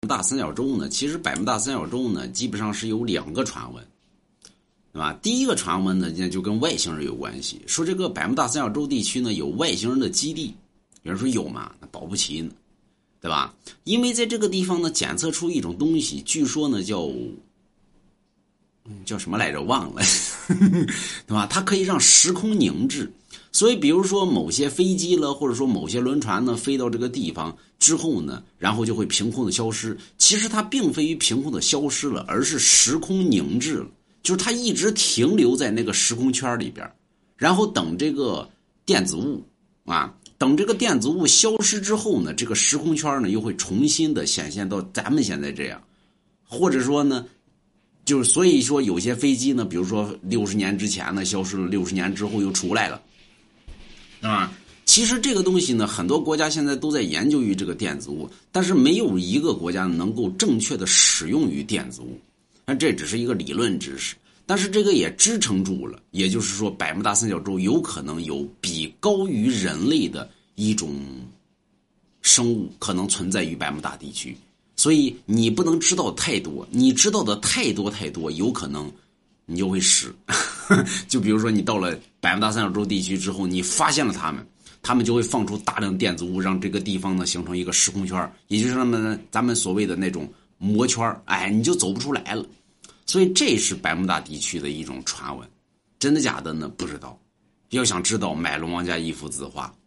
大三角洲呢，其实百慕大三角洲呢，基本上是有2个传闻，对吧？第一个传闻呢，就跟外星人有关系，说这个百慕大三角洲地区呢有外星人的基地。有人说有嘛，那保不齐呢，对吧？因为在这个地方呢，检测出一种东西，据说呢叫什么来着，忘了，对吧？它可以让时空凝滞。所以比如说某些飞机了，或者说某些轮船呢，飞到这个地方之后呢，然后就会凭空的消失。其实它并非于凭空的消失了，而是时空凝滞了，就是它一直停留在那个时空圈里边，然后等这个电子物等这个电子物消失之后呢，这个时空圈呢又会重新的显现到咱们现在这样。或者说呢，就是所以说有些飞机呢，比如说60年之前呢消失了，60年之后又出来了，其实这个东西呢，很多国家现在都在研究于这个电子物，但是没有一个国家能够正确的使用于电子物。那这只是一个理论知识，但是这个也支撑住了，也就是说百慕大三角洲有可能有比高于人类的一种生物可能存在于百慕大地区。所以你不能知道太多，你知道的太多，有可能你就会死。就比如说你到了百慕大三角洲地区之后，你发现了他们就会放出大量电子物，让这个地方呢形成一个时空圈，也就是咱们所谓的那种魔圈，你就走不出来了。所以这是百慕大地区的一种传闻，真的假的呢？不知道。要想知道，买龙王家一幅字画。